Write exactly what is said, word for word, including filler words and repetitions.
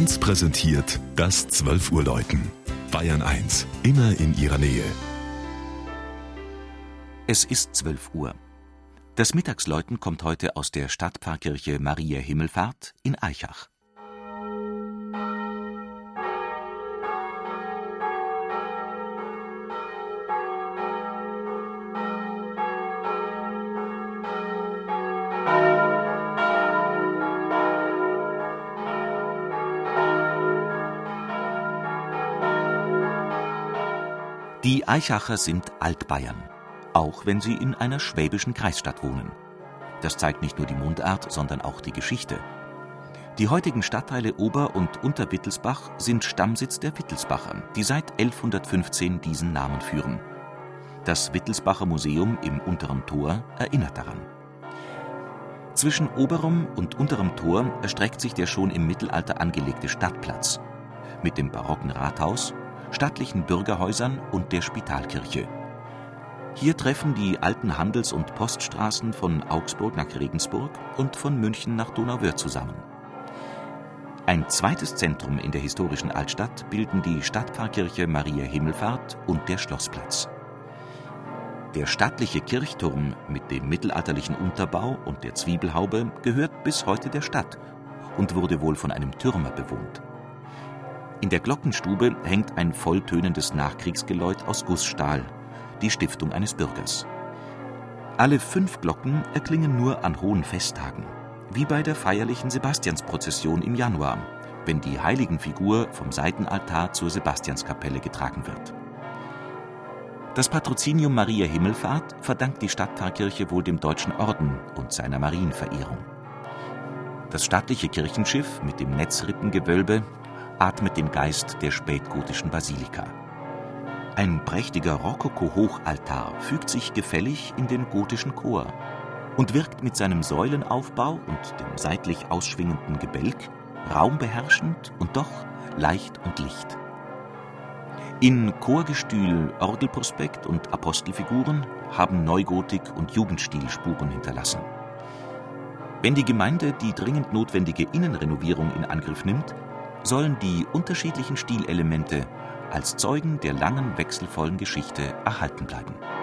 eins präsentiert das zwölf Uhr Läuten. Bayern eins, immer in ihrer Nähe. Es ist zwölf Uhr. Das Mittagsläuten kommt heute aus der Stadtpfarrkirche Maria Himmelfahrt in Aichach. Die Aichacher sind Altbayern, auch wenn sie in einer schwäbischen Kreisstadt wohnen. Das zeigt nicht nur die Mundart, sondern auch die Geschichte. Die heutigen Stadtteile Ober- und Unterwittelsbach sind Stammsitz der Wittelsbacher, die seit elfhundertfünfzehn diesen Namen führen. Das Wittelsbacher Museum im Unteren Tor erinnert daran. Zwischen Oberem und Unterem Tor erstreckt sich der schon im Mittelalter angelegte Stadtplatz mit dem barocken Rathaus, stattlichen Bürgerhäusern und der Spitalkirche. Hier treffen die alten Handels- und Poststraßen von Augsburg nach Regensburg und von München nach Donauwörth zusammen. Ein zweites Zentrum in der historischen Altstadt bilden die Stadtpfarrkirche Maria Himmelfahrt und der Schlossplatz. Der stattliche Kirchturm mit dem mittelalterlichen Unterbau und der Zwiebelhaube gehört bis heute der Stadt und wurde wohl von einem Türmer bewohnt. In der Glockenstube hängt ein volltönendes Nachkriegsgeläut aus Gussstahl, die Stiftung eines Bürgers. Alle fünf Glocken erklingen nur an hohen Festtagen, wie bei der feierlichen Sebastiansprozession im Januar, wenn die Heiligenfigur vom Seitenaltar zur Sebastianskapelle getragen wird. Das Patrozinium Maria Himmelfahrt verdankt die Stadtpfarrkirche wohl dem Deutschen Orden und seiner Marienverehrung. Das stattliche Kirchenschiff mit dem Netzrippengewölbe atmet den Geist der spätgotischen Basilika. Ein prächtiger Rokoko-Hochaltar fügt sich gefällig in den gotischen Chor und wirkt mit seinem Säulenaufbau und dem seitlich ausschwingenden Gebälk raumbeherrschend und doch leicht und licht. In Chorgestühl, Orgelprospekt und Apostelfiguren haben Neugotik und Jugendstil Spuren hinterlassen. Wenn die Gemeinde die dringend notwendige Innenrenovierung in Angriff nimmt, sollen die unterschiedlichen Stilelemente als Zeugen der langen wechselvollen Geschichte erhalten bleiben.